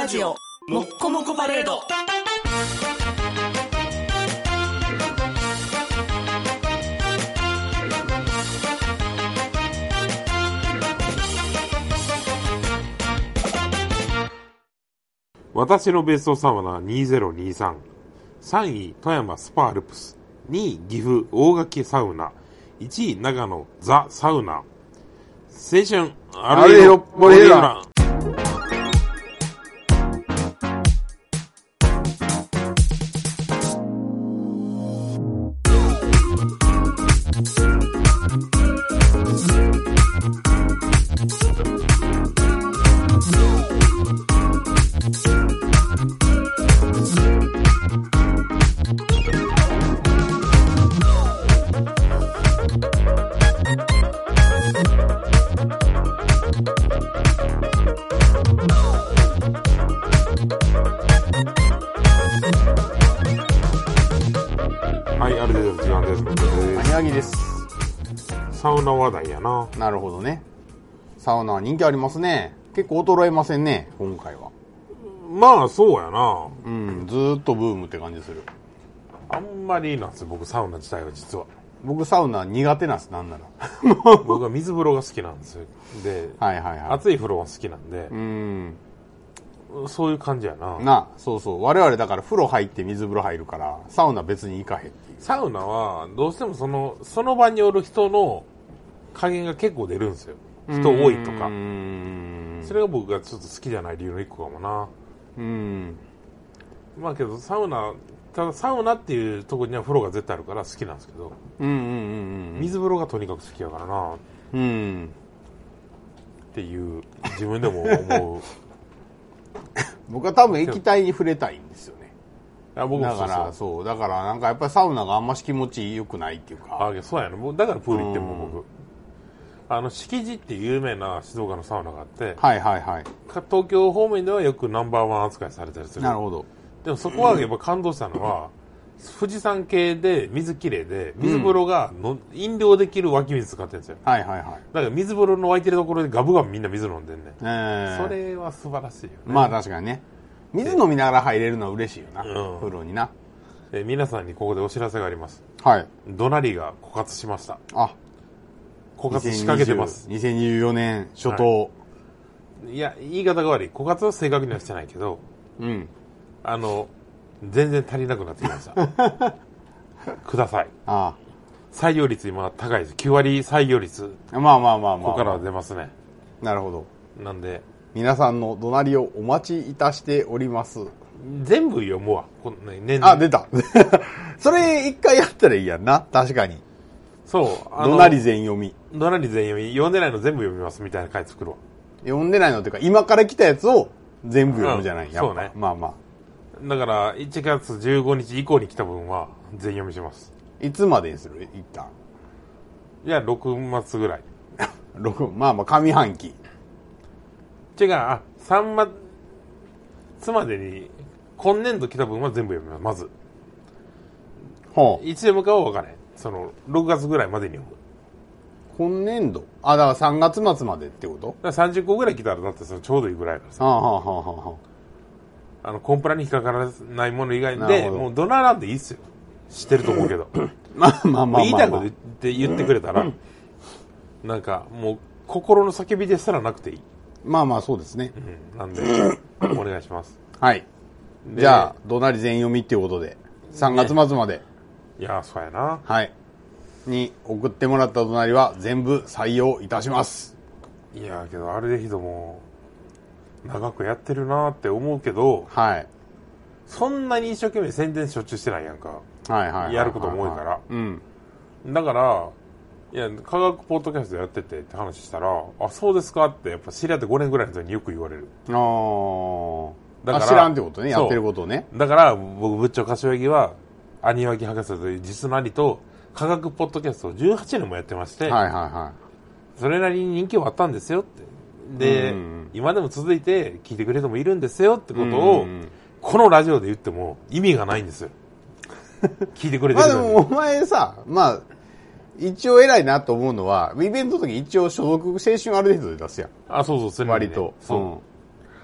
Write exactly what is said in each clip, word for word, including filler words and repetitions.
ラジオもっこもこパレード。 私のベストサウナにせんにじゅうさん、さんい富山スパアルプス、にい岐阜大垣サウナ、いちい長野ザサウナ、青春アルエロモレーラ。はい、ある程度の時間です。 宮城です。 サウナ話題やな。 なるほどね。サウナ人気ありますね。結構衰えませんね、今回は。 まあそうやな。 うん、ずーっとブームって感じする。 あんまりなんですよ、僕サウナ自体は実は。 僕サウナ苦手なんです、なんなら。 僕は水風呂が好きなんですよ。で、 はいはいはい。 熱い風呂が好きなんで、 うん。 そういう感じやな。 な、そうそう。我々だから風呂入って水風呂入るから、サウナ別に行かへんっていう。 サウナはどうしてもそのその場におる人の加減が結構出るんですよ。人多いとか。それが僕がちょっと好きじゃない理由の一個かもな。 うん。 まあけどサウナ、ただサウナっていうところには風呂が絶対あるから好きなんですけど、 うんうんうんうん。 水風呂がとにかく好きやからな。 うん。 っていう自分でも思う。 僕は多分液体に触れたいんですよね。 いや僕もだそうそうからそうだからなんかやっぱりサウナがあんまし気持ちよくないっていうか。 あ、そうやね。だからプール行っても僕。あの敷地っていう有名な静岡のサウナがあって、 はいはいはい。 東京方面ではよくナンバーワン扱いされたりする。 なるほど。 でもそこはやっぱ感動したのは、富士山系で水きれいで、水風呂がの、うん、飲料できる湧き水使ってるんですよ。 はいはいはい。 だから水風呂の湧いてるところでガブガブみんな水飲んでんねん。 えー、 それは素晴らしいよね。 まあ確かにね。水飲みながら入れるのは嬉しいよな。うん、風呂にな。 え皆さんにここでお知らせがあります。 はい。 ドナリが枯渇しました。 あ、 枯渇仕掛けてます。 にせんにじゅうよねん初頭。はい、いや、言い方が悪い。枯渇は正確にはしてないけど、 うん。 あの、全然足りなくなってきました。ください。 ああ。 採用率今高いです。きゅうわり採用率。 まあまあまあまあ。 ここからは出ますね。 なるほど。 なんで。 皆さんの怒鳴りをお待ちいたしております。 全部読むわ。このね、年あ、出た。それ一回やったらいいやんな。確かに。 そう。 怒鳴り全読み。 怒鳴り全読み。読んでないの全部読みますみたいな回作るわ。 読んでないのっていうか、今から来たやつを全部読むじゃない、うん、やっぱ。そうね。まあまあ。 だから、いちがつじゅうごにち以降に来た分は全読みします。 いつまでにする一旦。 いや、ろくがつぐらい。 ろく、まあまあ、上半期。 違う、あ、さんがつまでに、今年度来た分は全部読みます、まず。 ほう。 いつ読むかは分からへん。その、ろくがつぐらいまでに読む。 今年度あ、だからさんがつ末までってこと？だからさんじゅっこぐらい来たら、だってそのちょうどいいぐらいからさ。 はあはあはあはあ。あの、コンプラに引っかからないもの以外で、もうドナランでいいっすよ。知ってると思うけど。 まあまあまあまあ。 言いたいこと言って言ってくれたら、なんか、もう、心の叫びですらなくていい。 まあまあ、そうですね。 うん。なんで、お願いします。 はい。じゃあ、怒鳴り全読みっていうことで、さんがつ末まで。ね、 いや、そうやな。 はい。に送ってもらった怒鳴りは全部採用いたします。 いや、けど、あれでひども、長くやってるなって思うけど、 はい。 そんなに一生懸命宣伝しょっちゅうしてないやんか。 はいはいはい。 やること多いから。 うん。だから、いや、科学ポッドキャストやっててって話したら、あ、そうですかって、やっぱ知り合ってごねんぐらいの人によく言われる。 ああ。だから知らんってことね、やってることをね。 だから、僕、部長柏木は、兄脇博士という実の兄と、科学ポッドキャストをじゅうはちねんもやってまして、 はいはいはい。 それなりに人気はあったんですよって。で、うん、今でも続いて聞いてくれる人もいるんですよってことを、うん、このラジオで言っても意味がないんですよ。聞いてくれてるのに。 まあでもお前さ、まあ、一応偉いなと思うのは、イベントの時一応所属青春ある程度で出すやん。 あ、そうそう、それ、 ね、割と。 そう。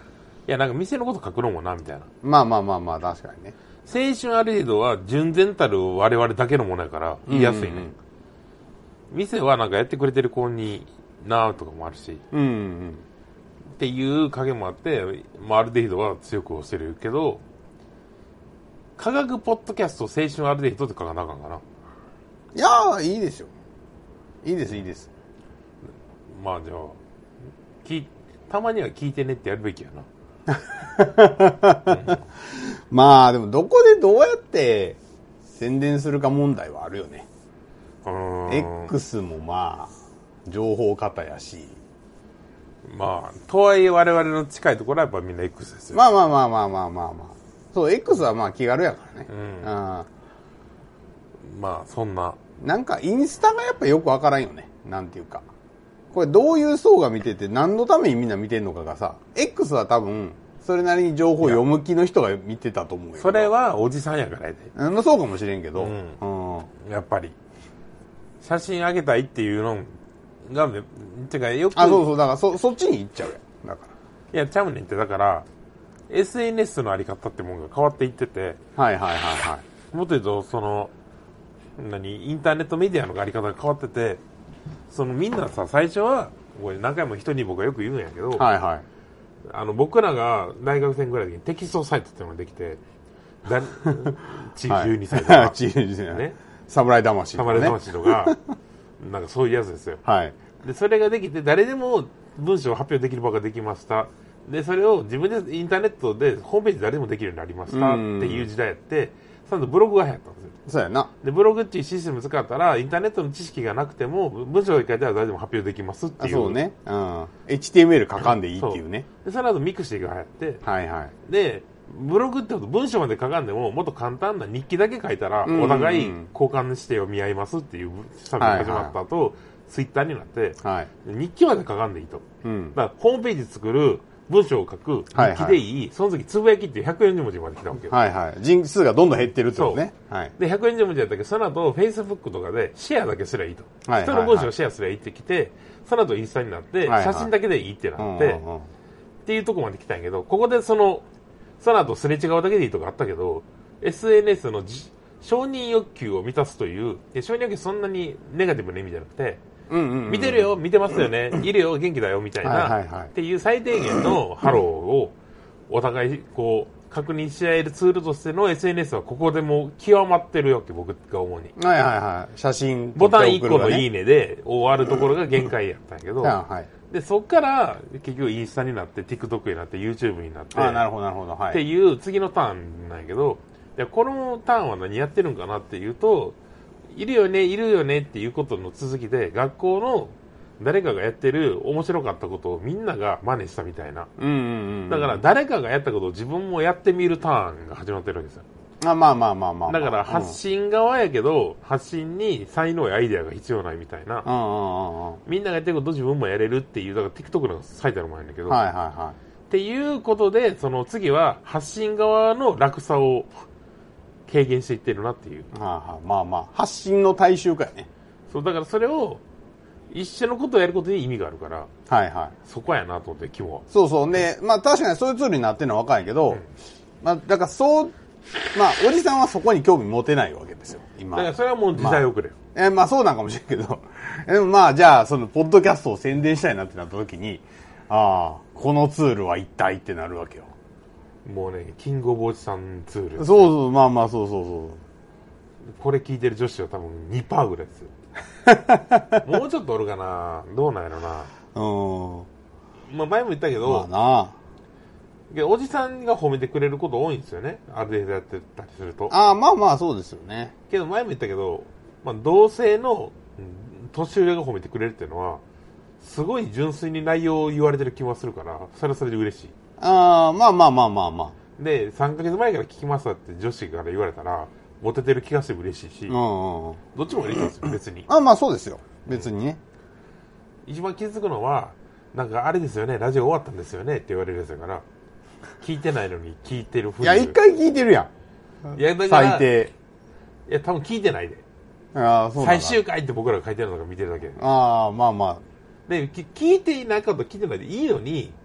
や、なんか店のこと書くのもな、みたいな。 まあまあまあまあ、確かにね。 青春ある程度は純然たる我々だけのものやから、言いやすいね。うんうんうん、店はなんかやってくれてる子になとかもあるし、 うんうんうん、 っていう影もあって、まあ、ある程度は強く押してるけど、科学ポッドキャスト青春ある程度って書かなあかんかな。 いやー、いいですよ。いいです、いいです。 まあじゃあ、きたまには聞いてねってやるべきやな。うん、 まあでもどこでどうやって宣伝するか問題はあるよね。うーん X もまあ情報型やし、 まあとはいえ我々の近いところはやっぱみんな X ですよ。 まあまあまあまあまあまあまあ、そう X はまあ気軽やからね。うん。あまあそんななんかインスタがやっぱよくわからんよね。なんていうか。これどういう層が見てて何のためにみんな見てんのかがさ、X は多分それなりに情報を読む気の人が見てたと思うよ。 それはおじさんやからやで。 あのそうかもしれんけど、 うんうん、やっぱり写真あげたいっていうのがてかよくあそうそうだから そ, そっちに行っちゃうやん。だからいやちゃうねんってだから エスエヌエス のあり方ってものが変わっていってて、 はいはいはいはい。 もっと言うとその何インターネットメディアのあり方が変わってて、そのみんなさ最初はこれ何回も人に僕はよく言うんやけど、 はいはい、 あの僕らが大学生ぐらいの時にテキストサイトっていうのができてだちじゅうにさいとか、はい、 じゅうにさいね、侍魂とか、ね、 侍魂とかなんかそういうやつですよ、 はい、 でそれができて誰でも文章を発表できる場ができました。でそれを自分でインターネットでホームページで誰でもできるようになりましたっていう時代やって、そのブログが流行ったんですよ。 そうやな。 でブログっていうシステム使ったらインターネットの知識がなくても文章を書いたら誰でも発表できますっていう。 そうね、うん、エイチティーエムエル 書かんでいいっていうね。 でその後ミクシーが流行って、 はいはい、 でブログってこと文章まで書かんでももっと簡単な日記だけ書いたらお互い交換して読み合いますっていうサービスが始まった後、はいはい、ツイッターになって、はい、日記まで書かんでいいと、うん、だからホームページ作る文章を書く日記でいい、はいはい、その時つぶやきってひゃくよんじゅう文字まで来たわけよ。 はいはい。人数がどんどん減ってるってことね。はい。 でひゃくよんじゅう文字だったけどその後フェイスブックとかでシェアだけすればいいと、はいはいはい、人の文章をシェアすればいいってきて、その後インスタになって、はいはい、写真だけでいいってなって、うんうんうん、っていうところまで来たんやけど、ここでそのその後すれ違うだけでいいとかあったけど エスエヌエス の承認欲求を満たすという、承認欲求そんなにネガティブな意味じゃなくて、うんうんうん、見てるよ見てますよねいるよ元気だよみたいな、はいはいはい、っていう最低限のハローをお互いこう確認し合えるツールとしての エスエヌエス はここでも極まってるよって僕が思うに、 はいはいはい、写真ボタンいっこのいいねで終わるところが限界やったんやけど、はいはい、でそっから結局インスタになって TikTok になって YouTube になって、 あ、なるほどなるほど、はい、 っていう次のターンなんやけど、いやこのターンは何やってるんかなっていうと、いるよねいるよねっていうことの続きで学校の誰かがやってる面白かったことをみんなが真似したみたいな、うんうんうんうん、だから誰かがやったことを自分もやってみるターンが始まってるわけですよ。 あ、まあまあまあまあ、まあ、 だから発信側やけど、うん、発信に才能やアイデアが必要ないみたいな、うんうんうん、みんながやってることを自分もやれるっていう、だから TikTok の最たるものなんだけど、はいはいはい、っていうことでその次は発信側の楽さを軽減していってるなっていう、 はあはあ、まあまあ発信の大衆化やね。 そうだからそれを一緒のことをやることに意味があるから、はいはい、そこやなと思って肝は。 そうそうね、まあ確かにそういうツールになってるのは分かるんやけど、うん、まあだからそうまあおじさんはそこに興味持てないわけですよ今。 だからそれはもう時代遅れよ。 まあ、えまあそうなんかもしれんけど、でもまあじゃあそのポッドキャストを宣伝したいなってなった時に、ああこのツールは一体ってなるわけよ。 もうねキングオブおじさんツール、ね、 そうそうまあまあそうそうそう。 これ聞いてる女子は多分 にパーセント ぐらいですよ。もうちょっとおるかな、どうなんやろな。うん。まあ前も言ったけど、まあな。おじさんが褒めてくれること多いんですよね。ある程度やってたりすると。 ああ、まあまあそうですよね。 けど前も言ったけど、まあ同性の年上が褒めてくれるっていうのは、すごい純粋に内容を言われてる気もするから、それはそれで嬉しい。 ああ、まあまあまあまあまあ。で、さんかげつまえから聞きますって女子から言われたら、モテてる気がして嬉しいし、うんうんうん、どっちも嬉しいですよ別に。 あ、まあそうですよ別にね、 うん、一番気づくのはなんかあれですよね、ラジオ終わったんですよねって言われるやつだから聞いてないのに聞いてるふうに。 いや一回聞いてるやん。いやだから最低。 いや多分聞いてないで。 ああそう最終回って僕らが書いてるのが見てるだけで。 ああまあまあ。 で聞いていないこと聞いてないでいいのに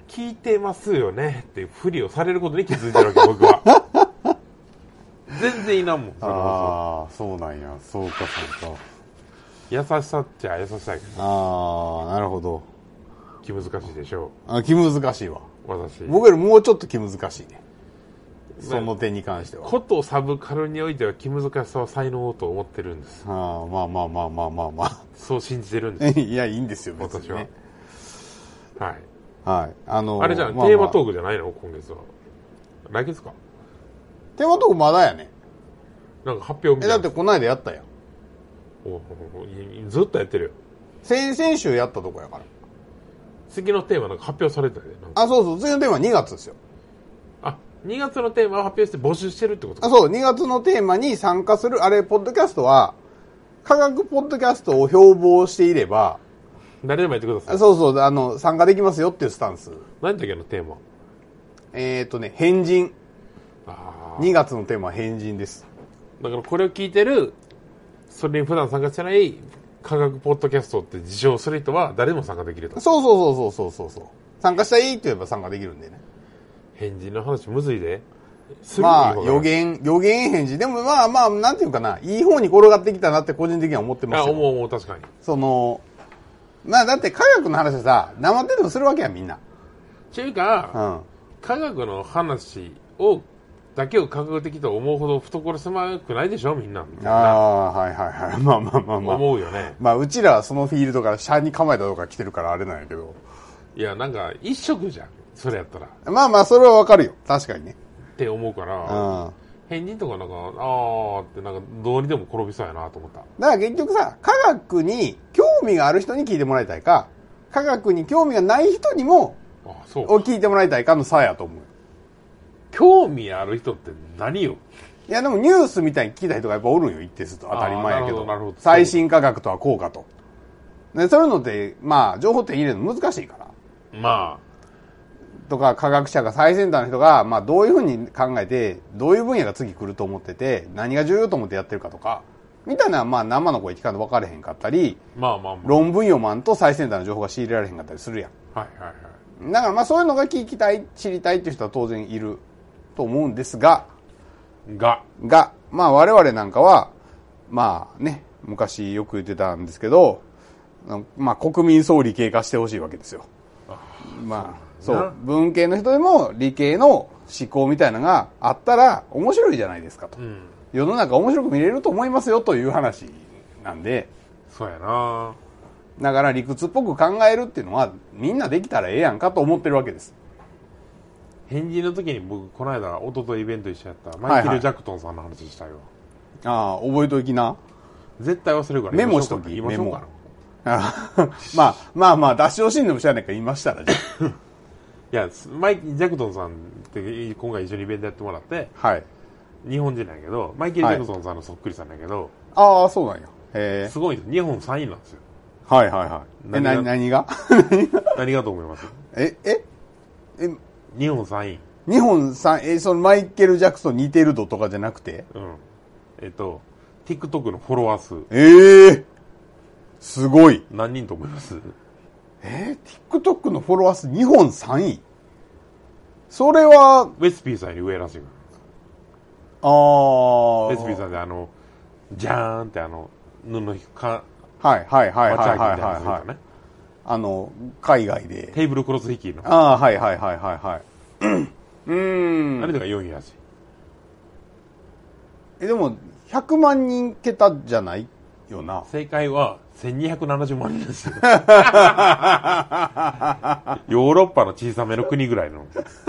聞いてますよねっていうふりをされることに気づいてるわけ僕は全然いらんもん。 ああそうなんや。そうかそうか。 優しさっちゃ優しさやけど。 ああなるほど。 気難しいでしょあ気難しいわ。 私。 僕よりもうちょっと気難しいね。その点に関しては。 ことサブカルにおいては気難しさは才能と思ってるんです。 ああまあまあまあまあまあまあ。 そう信じてるんです。 いやいいんですよ別に、ね、 私は。はい。 はい。あのー、 あれじゃん、 まあまあ、 テーマトークじゃないの今月は。来月か。 テーマトークまだやね。 なんか発表みたいな。 え、だってこの間やったやん。 おおおずっとやってるよ。 先々週やったとこやから。 次のテーマなんか発表されたで。 あ、そうそう、次のテーマはにがつですよ。 あ、にがつのテーマを発表して募集してるってことか。 あ、そう、にがつのテーマに参加する、あれ、ポッドキャストは、科学ポッドキャストを標榜していれば、 誰でもやってください。 そうそう、あの、参加できますよっていうスタンス。 何だっけのテーマ。 えっ、ー、とね、変人。 あにがつのテーマは変人です。 だからこれを聞いてる、それに普段参加してない科学ポッドキャストって自称する人は誰でも参加できると。 そうそうそうそうそうそう。参加したいって言えば参加できるんでね。 変人の話むずいで。 まあ、予言、予言返事。でもまあまあ、なんていうかな、いい方に転がってきたなって個人的には思ってますよ。 あ、思う思う、確かに。 その、まあだって科学の話はさ、生手でもするわけや、みんな。 っていうか、 うん。 科学の話を、だけを科学的と思うほど懐狭くないでしょみんな。みんなああ、はいはいはい。まあまあまあまあ。 思うよね。 まあうちらはそのフィールドから車に構えたとか来てるからあれなんやけど。 いや、なんか一色じゃん。それやったら。 まあまあそれはわかるよ。確かにね。 って思うから、 うん。 変人とかなんか、あーってなんかどうにでも転びそうやなと思った。 だから結局さ、科学に興味がある人に聞いてもらいたいか、科学に興味がない人にも、 あ、そうを聞いてもらいたいかの差やと思う。 興味ある人って何よ。 いやでもニュースみたいに聞いた人がやっぱおるんよ、一定数と。当たり前やけど。 なるほど最新科学とはこうかと。で、そういうのって、まあ、情報って入れるの難しいから。 まあ。 とか、科学者が最先端の人が、まあ、どういうふうに考えて、どういう分野が次来ると思ってて、何が重要と思ってやってるかとか、みたいな、まあ、生の声聞かんと分かれへんかったり、 まあまあまあ。 論文読まんと最先端の情報が仕入れられへんかったりするやん。 はいはいはい。 だからまあ、そういうのが聞きたい、知りたいっていう人は当然いると思うんですが、 が、 が、まあ、我々なんかは、まあね、昔よく言ってたんですけど、まあ、国民総理系化してほしいわけですよ。まあ、そう、文系の人でも理系の思考みたいなのがあったら面白いじゃないですかと。うん、世の中面白く見れると思いますよという話なんで。 そうやな。 だから理屈っぽく考えるっていうのはみんなできたらええやんかと思ってるわけです。 変人の時に僕、この間、一昨日イベント一緒やったマイケル・ジャクトンさんの話したよ。 はいはい、ああ、覚えときな。 絶対忘れるからメモしとき。 言いましょうか。 まあまあまあ出し惜しんでも知らないから言いましたらじゃいやマイジャクトンさんって今回一緒にイベントやってもらって、 はい、 日本人なんやけどマイケル・ジャクトンさんのそっくりさんなんやけど、 はい、ああそうなんや。へえ。 すごいです日本さんいなんですよ。 はいはいはい。え何何が何がと思います？ えええ日本さんい日本さんえそのマイケル・ジャクソン似てる度とかじゃなくて、 うん、えっと TikTok のフォロワー数ええーすごい。 何人と思います？ えー、TikTok のフォロワー数日本さんい。それはウェスピーさんより上らしい。 ああ。 ウェスピーさんであのジャーンってあの布引くかはいはいはいはいはいはい、はい、あの海外でテーブルクロス引きのああはいはいはいはいはいうんあれとかよんいらしい。 えでもひゃくまんにん桁じゃないよな。 正解はせんにひゃくななじゅうまんにんですよ。ヨーロッパの小さめの国ぐらいの。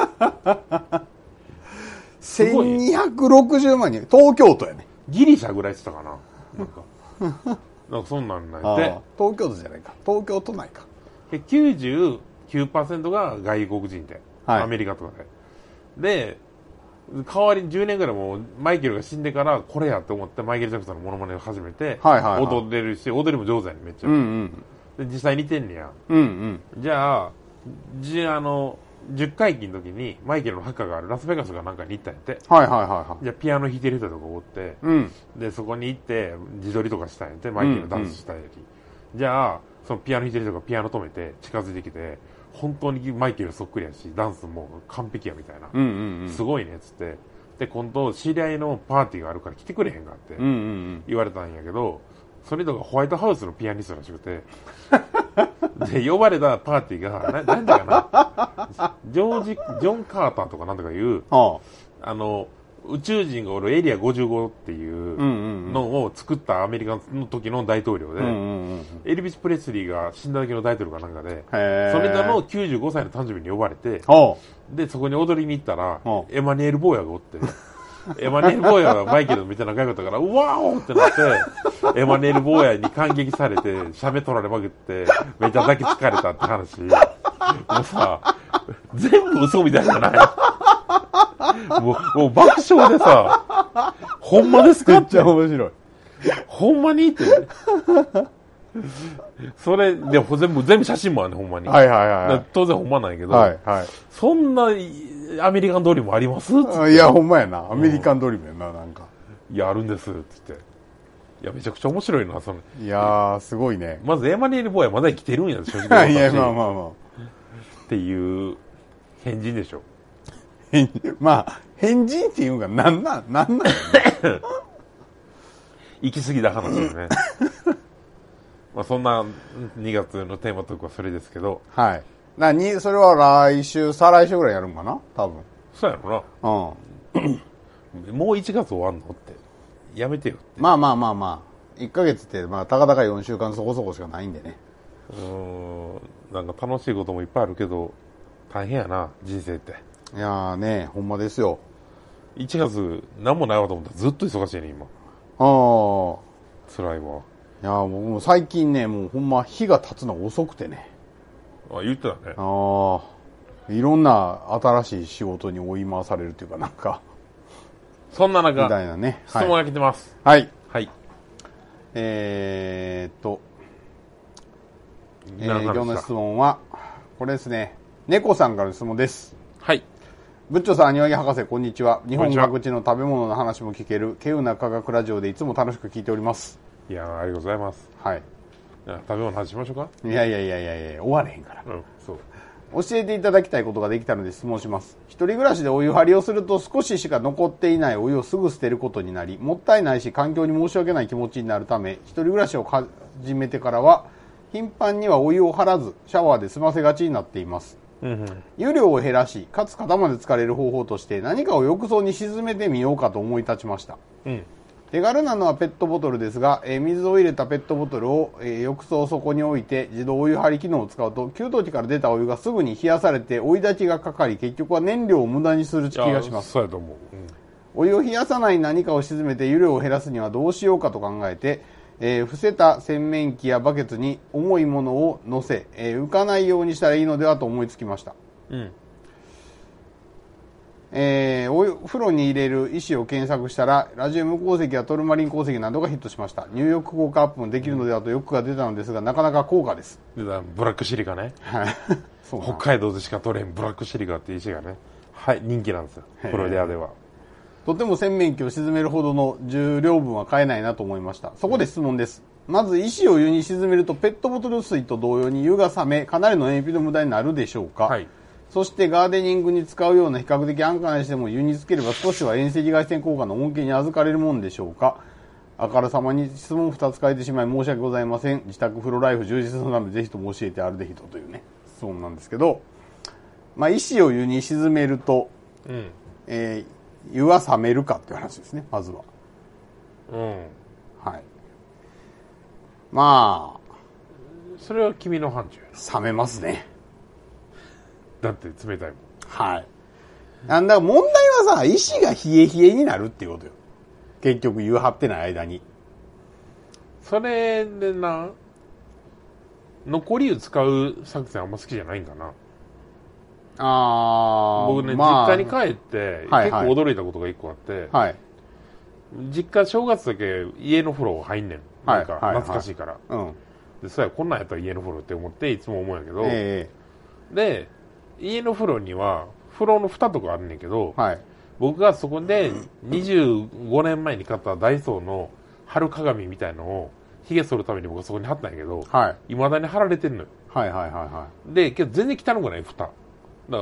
せんにひゃくろくじゅうまんにん。東京都やね。 ギリシャぐらいって言ったかな。なんか、なんかそんなんないで。 東京都じゃないか。東京都内か。 で、きゅうじゅうきゅうパーセント が外国人で、はい、アメリカとかで。で、代わりにじゅうねんぐらいもうマイケルが死んでからこれやと思ってマイケル・ジャクソンのモノマネを始めて、はいはいはい、踊れるし踊りも上手やねめっちゃ、うんうん、で実際似てんねや、うんうん、じゃあじゃあのじゅっかいきの時にマイケルの墓があるラスベガスがなんかに行ったんやって、はいはいはいはい、じゃあピアノ弾いてる人とかおって、うん、でそこに行って自撮りとかしたんやってマイケルのダンスしたんやり、うんうん、じゃあそのピアノ弾いてる人がピアノ止めて近づいてきて本当にマイケルそっくりやし、ダンスも完璧やみたいな。 うんうんうん、 すごいねっつって。で、今度知り合いのパーティーがあるから来てくれへんかって言われたんやけど、それとかホワイトハウスのピアニストらしくて、で、呼ばれたパーティーが、な、なんだかな、ジョージ、ジョン・カーターとかなんだかいう、ああの、宇宙人がおるエリアごじゅうごっていうのを作ったアメリカの時の大統領で、エルビス・プレスリーが死んだ時の大統領かなんかで、それらのきゅうじゅうごさいの誕生日に呼ばれて、で、そこに踊りに行ったら、エマニュエル・ボーヤがおって、エマニュエル・ボーヤがマイケルみたいな仲良かったから、うわーってなって、エマニュエル・ボーヤに感激されて、喋取られまくって、めっちゃ抱きつかれたって話。もうさ、全部嘘みたいじゃないもう、もう爆笑でさ、ほんまですかって。 めっちゃ面白い。 ほんまにって。それ、でも全部、全部写真もあるね、ほんまに。 はいはいはい。 当然ほんまなんやけど、 はいはい。 そんなアメリカンドリームありますって。 いや、ほんまやな。アメリカンドリームやな、なんか。 いや、あるんですって言って。いや、めちゃくちゃ面白いな、その。 いやー、すごいね。 まずエマニュエル・ボーヤまだ生きてるんや、正直。 いや、まあまあまあ。 っていう、変人でしょ。 変まあ、変人っていうのがなんなん、なんなんやね行き過ぎた話ですね。まあそんなにがつのテーマトークはそれですけど。 はい。なに、それは来週、再来週ぐらいやるんかな多分。 そうやろな。うん。もういちがつ終わんのって。やめてよって。 まあまあまあまあ。いっかげつって、まあ、たかだかよんしゅうかんそこそこしかないんでね。 うーん。なんか楽しいこともいっぱいあるけど、大変やな、人生って。 いやーね、ほんまですよ。 いちがつ、なんもないわと思ったらずっと忙しいね、今。 ああ。 辛いわ。 いやー僕も最近ね、もうほんま日が経つのが遅くてね。 あ、言ってたね。 ああ。いろんな新しい仕事に追い回されるというかなんか。 そんな中、 みたいなね。 質問が来てます。 はい。 はい。 えーっと、えー、 今日の質問は、これですね。猫さんからの質問です。 はい。 ブッチョさん、庭木博士、こんにちは。日本各地の食べ物の話も聞ける、稀有な科学ラジオでいつも楽しく聞いております。 いやー、ありがとうございます。 はい。 じゃあ食べ物の話しましょうか。 いやいやいやいやいや、終われへんから。 うん、そう。 教えていただきたいことができたので質問します。一人暮らしでお湯張りをすると少ししか残っていないお湯をすぐ捨てることになり、もったいないし環境に申し訳ない気持ちになるため、一人暮らしを始めてからは、頻繁にはお湯を張らず、シャワーで済ませがちになっています。 うんうん、 湯量を減らし、かつ肩まで浸かれる方法として何かを浴槽に沈めてみようかと思い立ちました。 うん、 手軽なのはペットボトルですが、えー、水を入れたペットボトルを、えー、浴槽底に置いて自動お湯張り機能を使うと、給湯器から出たお湯がすぐに冷やされて追い立ちがかかり、結局は燃料を無駄にする気がします。 そうやと思う。うん、 お湯を冷やさない何かを沈めて湯量を減らすにはどうしようかと考えて、えー、伏せた洗面器やバケツに重いものを乗せ、えー、浮かないようにしたらいいのではと思いつきました。うん、えー、お湯風呂に入れる石を検索したらラジウム鉱石やトルマリン鉱石などがヒットしました。入浴効果アップもできるのではと欲が出たのですが、なかなか高価です。 ブラックシリカねそう北海道でしか取れんブラックシリカっていう石がね、はい、人気なんですよ、プロデアでは。 とても洗面器を沈めるほどの重量分は買えないなと思いました。そこで質問です。まず石を湯に沈めるとペットボトル水と同様に湯が冷め、かなりの燃費の無駄になるでしょうか。はい、そしてガーデニングに使うような比較的安価な石でも湯につければ少しは遠赤外線効果の恩恵に預かれるもんでしょうか。あからさまに質問ふたつ書いてしまい申し訳ございません。自宅風呂ライフ充実のためぜひとも教えてあるでひとというね、質問なんですけど、まあ、石を湯に沈めると、うん、えー湯は冷めるかっていう話ですね、まずは。うん。はい。まあ。 それは君の範疇。 冷めますね。 だって冷たいもん。 はい。なんだ、問題はさ、石が冷え冷えになるっていうことよ。結局湯張ってない間に。 それでな、残り湯使う作戦あんま好きじゃないんかな。 あ僕ね、まあ、実家に帰って、はいはい、結構驚いたことが一個あって、はい、実家正月だけ家の風呂入んねん。なんか懐かしいから。はいはいはい、で、そうや、こんなんやったら家の風呂って思っていつも思うんやけど、えー、で、家の風呂には風呂の蓋とかあるねんけど、はい、僕がそこでにじゅうごねんまえに買ったダイソーの春鏡みたいのを髭剃るために僕はそこに貼ったんやけど、はい、未だに貼られてんのよ。 はいはいはいはで、けど全然汚くない、蓋。だから、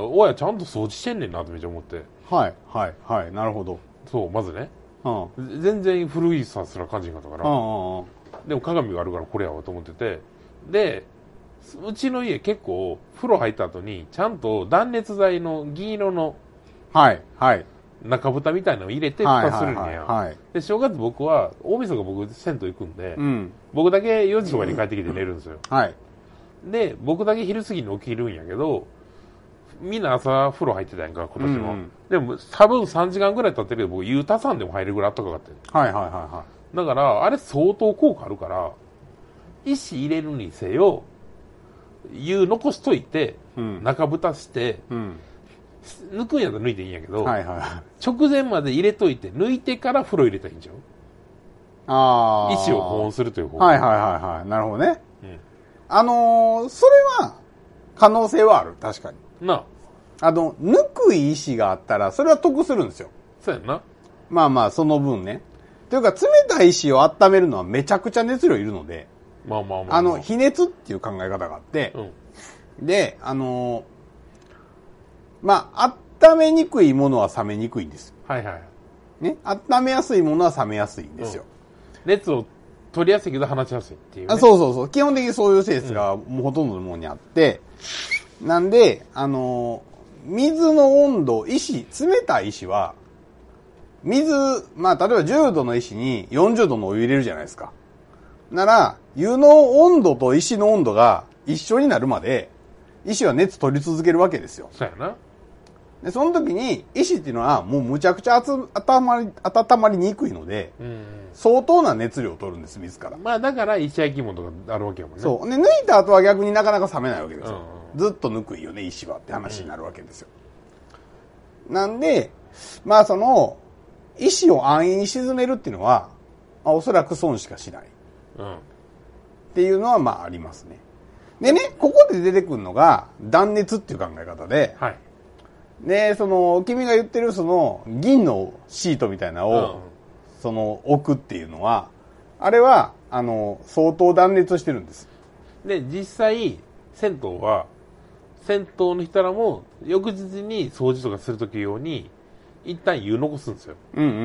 親ちゃんと掃除してんねんなってめっちゃ思って。 い。はいはいはい。なるほど。 そう、まずね。 うん。 全然古いさすら感じがったから。 うんうんうん。 でも鏡があるからこれやわと思ってて。で、うちの家結構風呂入った後にちゃんと断熱材の銀色のはいはい。 中蓋みたいなのを入れてはい蓋するんや。 はいはいはい。 で、正月僕は、大晦日僕銭湯行くんで、 うん。 僕だけよじとかに帰ってきて寝るんですよ。 はい。 で、僕だけ昼過ぎに起きるんやけど、みんな朝風呂入ってたやんか、今年も。 うんうん、 でも、多分さんじかんぐらい経ってるけど、僕、湯足さんでも入るぐらい暖かかったよ。 はいはいはいはだから、あれ相当効果あるから、石入れるにせよ、湯残しといて、 い。うん。 中蓋して、 うん。 抜くんやったら抜いていいんやけど、 はいは直前まで入れといて、抜いてから風呂入れたらいいんちゃう？ い。ああ。 石を保温するという方法。 はいはいはいはい。なるほどね。 うん、 あのー、それは、可能性はある。確かに。 なあ。 あの、ぬくい石があったら、それは得するんですよ。 そうやんな。 まあまあ、その分ね。というか、冷たい石を温めるのはめちゃくちゃ熱量いるので、 まあまあまあ、まあ。 あの、比熱っていう考え方があって、 うん、 で、あのー、まあ、温めにくいものは冷めにくいんです。 はいはい。 ね。温めやすいものは冷めやすいんですよ。 うん、熱を取りやすいけど放ちやすいっていう、ね。 あ、そうそうそう。基本的にそういう性質がもうほとんどのものにあって、うん、なんで、あのー、水の温度、石、冷たい石は、水、まあ、例えばじゅうどの石によんじゅうどのお湯入れるじゃないですか。なら、湯の温度と石の温度が一緒になるまで、石は熱取り続けるわけですよ。 そうやな。 で、その時に、石っていうのはもうむちゃくちゃ温まり、温まりにくいので、うん、相当な熱量を取るんです、水から。 まあ、だから石焼き芋とかあるわけやもんね。 そう。で、抜いた後は逆になかなか冷めないわけですよ。 うん、 ずっと抜くいよね、石はって話になるわけですよ。うん、なんで、まあその、石を安易に沈めるっていうのは、まあ、おそらく損しかしない。うん。っていうのはまあありますね。でね、ここで出てくるのが断熱っていう考え方で、はい。で、その、君が言ってるその、銀のシートみたいなのを、うん、その、置くっていうのは、あれは、あの、相当断熱してるんです。 で、実際、銭湯は、銭湯の人らも、翌日に掃除とかするとき用に、一旦湯残すんですよ。 うんうんうんうん。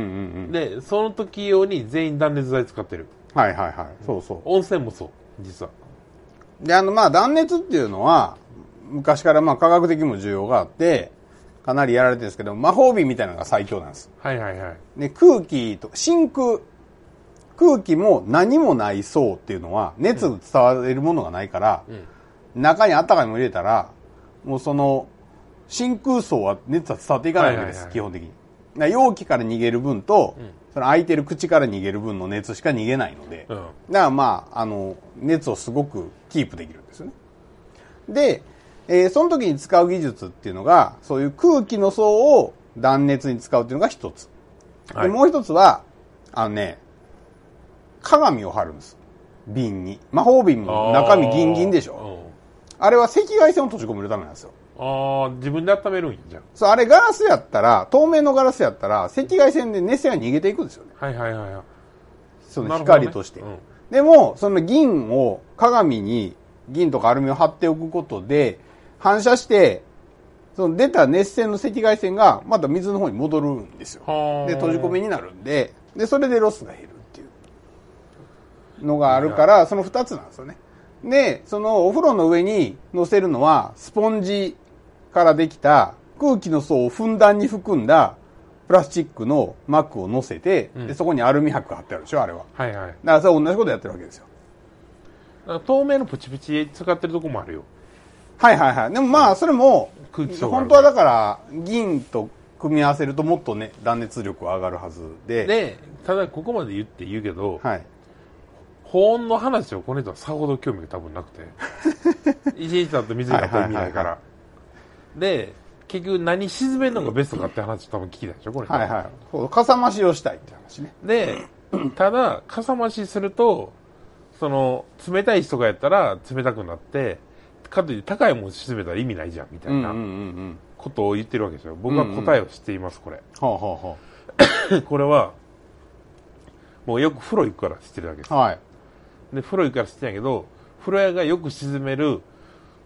で、その時用に全員断熱材使ってる。 はいはいはい。そうそう。 温泉もそう、実は。 で、あの、まあ、断熱っていうのは、昔からまあ、科学的にも需要があって、かなりやられてるんですけど、魔法瓶みたいなのが最強なんです。 はいはいはい。 で、空気と、真空、空気も何もない層っていうのは、熱伝われるものがないから、うん、中にあったかいもの入れたら、もうその、真空層は熱は伝わっていかないわけです、はいはいはい、基本的に。容器から逃げる分と、うん、その開いてる口から逃げる分の熱しか逃げないので、うん、だからまあ、あの、熱をすごくキープできるんですよね。で、えー、その時に使う技術っていうのが、そういう空気の層を断熱に使うっていうのが一つ。はい、でもう一つは、あのね、鏡を貼るんです。瓶に。魔法瓶も中身ギンギンでしょ。あれは赤外線を閉じ込めるためなんですよ。 ああ、自分で温めるんじゃん。 そう、あれガラスやったら、透明のガラスやったら、赤外線で熱線が逃げていくんですよね。 はいはいはいはい。 その光として。ね、うん、でも、その銀を、鏡に銀とかアルミを貼っておくことで、反射して、その出た熱線の赤外線がまた水の方に戻るんですよ。で、閉じ込めになるんで、で、それでロスが減るっていうのがあるから、その二つなんですよね。で、そのお風呂の上に乗せるのは、スポンジからできた空気の層をふんだんに含んだプラスチックの膜を乗せて、うん、でそこにアルミ箔が貼ってあるでしょ、あれは。はいはい。だからそれは同じことやってるわけですよ。 透明のプチプチ使ってるとこもあるよ。 はいはいはい。でもまあ、それも、本当はだから、銀と組み合わせるともっとね、断熱力は上がるはずで。 で、ただここまで言って言うけど、はい。保温の話をこの人はさほど興味が多分なくて。一日だと水になったら意味ないから。で、結局何沈めるのがベストかって話を多分聞きたいでしょ、これ。 はいはい。そう、かさ増しをしたいって話ね。 で、ただ、かさ増しすると、その、冷たい人がやったら冷たくなって、かといって高いもの沈めたら意味ないじゃん、みたいなことを言ってるわけですよ。僕は答えを知っています、これ。はあはあ、これは、もうよく風呂行くから知ってるわけです。はい。で、風呂行くから知ってるんやけど、風呂屋がよく沈める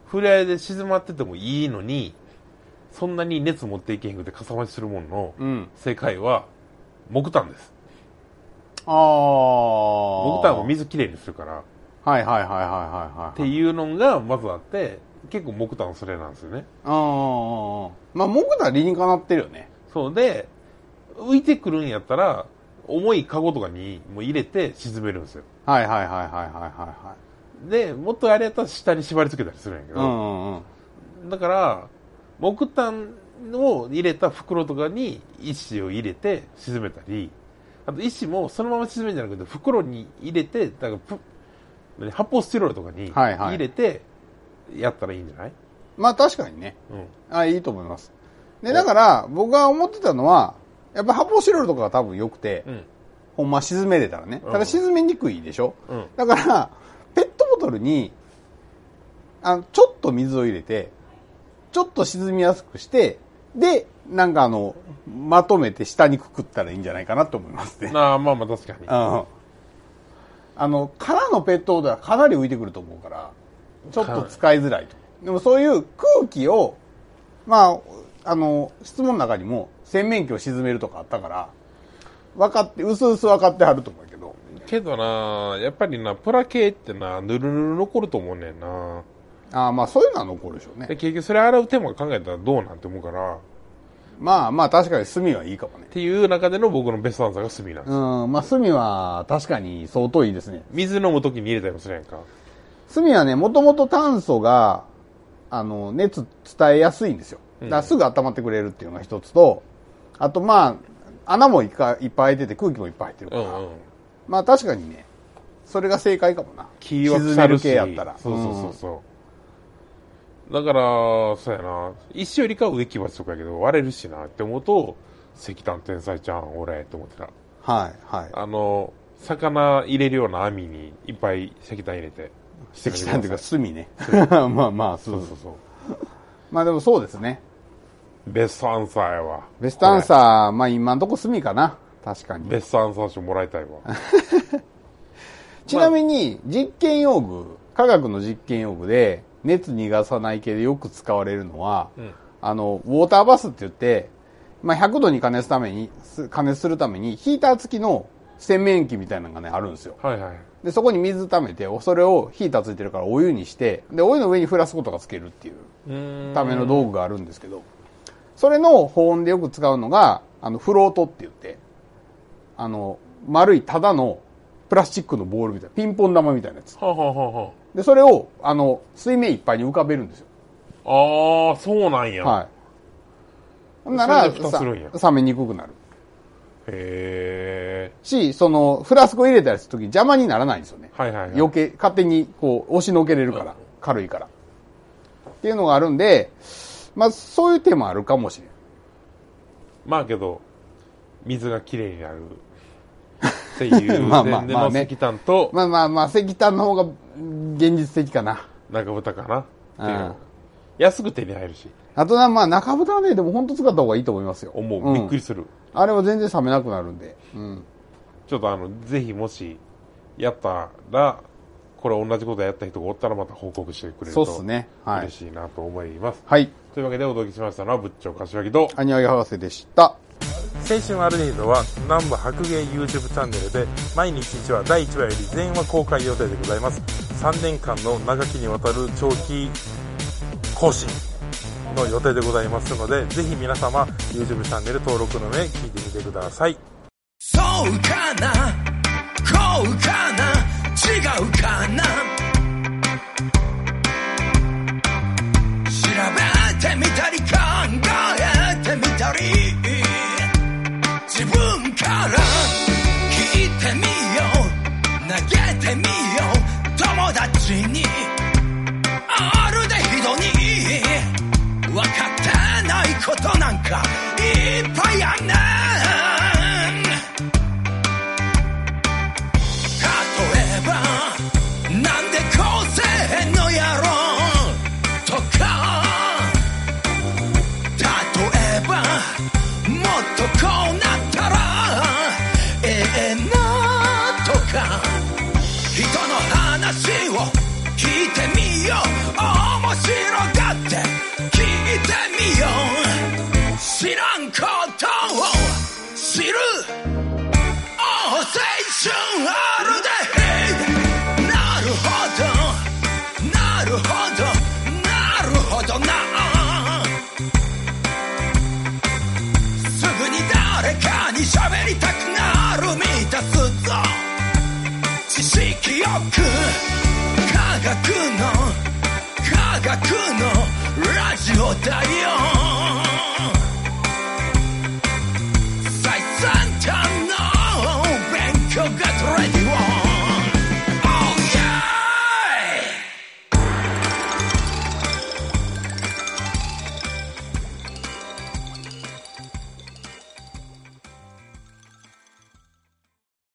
触れ合いで静まっててもいいのに、そんなに熱持っていけへんくてかさ増しするものの、うん、正解は木炭です。 ああ。 木炭も水きれいにするから。 はいはいはいはいはいはい。 っていうのがまずあって、結構木炭それなんですよね。 ああ。まあ木炭理にかなってるよね。 そうで、浮いてくるんやったら、重いカゴとかにもう入れて沈めるんですよ。 はいはいはいはいはいはい。 で、もっとあれやったら下に縛り付けたりするんやけど、うんうんうん、だから、木炭を入れた袋とかに石を入れて沈めたり、あと石もそのまま沈めるんじゃなくて袋に入れて、だから発泡スチロールとかに入れてやったらいいんじゃない？はいはい、 まあ確かにね。うん、あ、いいと思います。で、だから僕が思ってたのは、やっぱ発泡スチロールとかが多分良くて、うん、ほんま沈めれたらね。ただ沈めにくいでしょ、うん、だから、ペットボトルに、あの、ちょっと水を入れて、ちょっと沈みやすくして、で、なんかあの、まとめて下にくくったらいいんじゃないかなと思いますね。 ああ、まあまあ確かに。 ああの、空のペットボトルはかなり浮いてくると思うから、ちょっと使いづらいと。でもそういう空気を、まあ、あの、質問の中にも洗面器を沈めるとかあったから、分かって、うすうす分かってはると思うけど。 けどな、やっぱりな、プラ系ってな、ぬるぬる残ると思うねんな。 ああ、まあそういうのは残るでしょうね。 で、結局それ洗う手間考えたらどうなんて思うから。 まあまあ確かに炭はいいかもね。 っていう中での僕のベストアンサーが炭なんですよ。 うん、まあ炭は確かに相当いいですね。 水飲むときに入れたりもするやんか。 炭はね、もともと炭素が、あの、熱伝えやすいんですよ。だからすぐ温まってくれるっていうのが一つと、あとまあ、穴もいっぱい開いてて空気もいっぱい入ってるから、うんうん、まあ確かにね、それが正解かもな。 気は沈める系やったら。 そうそうそうそう。だから、そうやな。石よりかは植木鉢とかやけど割れるしなって思うと、石炭天才ちゃん、俺って思ってた。 はいはい。 あの、魚入れるような網にいっぱい石炭入れて。 石炭っていうか炭ね。まあまあ、そうそうそう。まあでもそうですね。 ベストアンサーやわ。 ベストアンサー、まあ今んとこ炭かな。確かに。 ベストアンサー賞もらいたいわ。 ちなみに、実験用具、科学の実験用具で、熱逃がさない系でよく使われるのは、うん、あの、ウォーターバスって言って、まあひゃくどに加熱するために、加熱するために、ヒーター付きの洗面器みたいなのがね、あるんですよ。 はいはい。 で、そこに水溜めて、それをヒーターついてるからお湯にして、で、お湯の上にフラスコとかつけるっていうための道具があるんですけど、それの保温でよく使うのが、あの、フロートって言って、あの、丸いただのプラスチックのボールみたいな、ピンポン玉みたいなやつ。 はあはあはあ、 で、それを、あの、水面いっぱいに浮かべるんですよ。 ああ、そうなんや。 はい。ほんなら、冷めにくくなる。 へー。 し、その、フラスコ入れたりするときに邪魔にならないんですよね。 はいはいはい。 余計、勝手にこう、押しのけれるから、うん、軽いから。っていうのがあるんで、まあ、そういう手もあるかもしれん。 まあけど、水がきれいになるっていうまあまあまあ、ね、石炭と、 まあまあまあ、石炭の方が現実的かな。 中豚かなっていう、うん。安く手に入るし。 あとな、まあ中豚はね、でも本当使った方がいいと思いますよ。 思う。うん、びっくりする。 あれは全然冷めなくなるんで。うん。 ちょっとあの、ぜひもし、やったら、これ同じことやった人がおったらまた報告してくれると。 そうっすね。はい。 嬉しいなと思います。 はい。 というわけでお届けしましたのは、ぶっちょ柏木と、 アニワギ博士でした。 青春アルデヒドは南部白芸 YouTube チャンネルで毎日いちわだいいちわより全話公開予定でございます。さんねんかんの長きにわたる長期更新の予定でございますので、ぜひ皆様 YouTube チャンネル登録の上聞いてみてください。 そうかなこうかな違うかな調べてみたり考えてみたり自分から聞いてみよう投げてみよう友達にあるでひどに分かってないことなんかいっぱいあんねん例えばなんでたくなる満たすぞ知識よく科学の科学のラジオだよ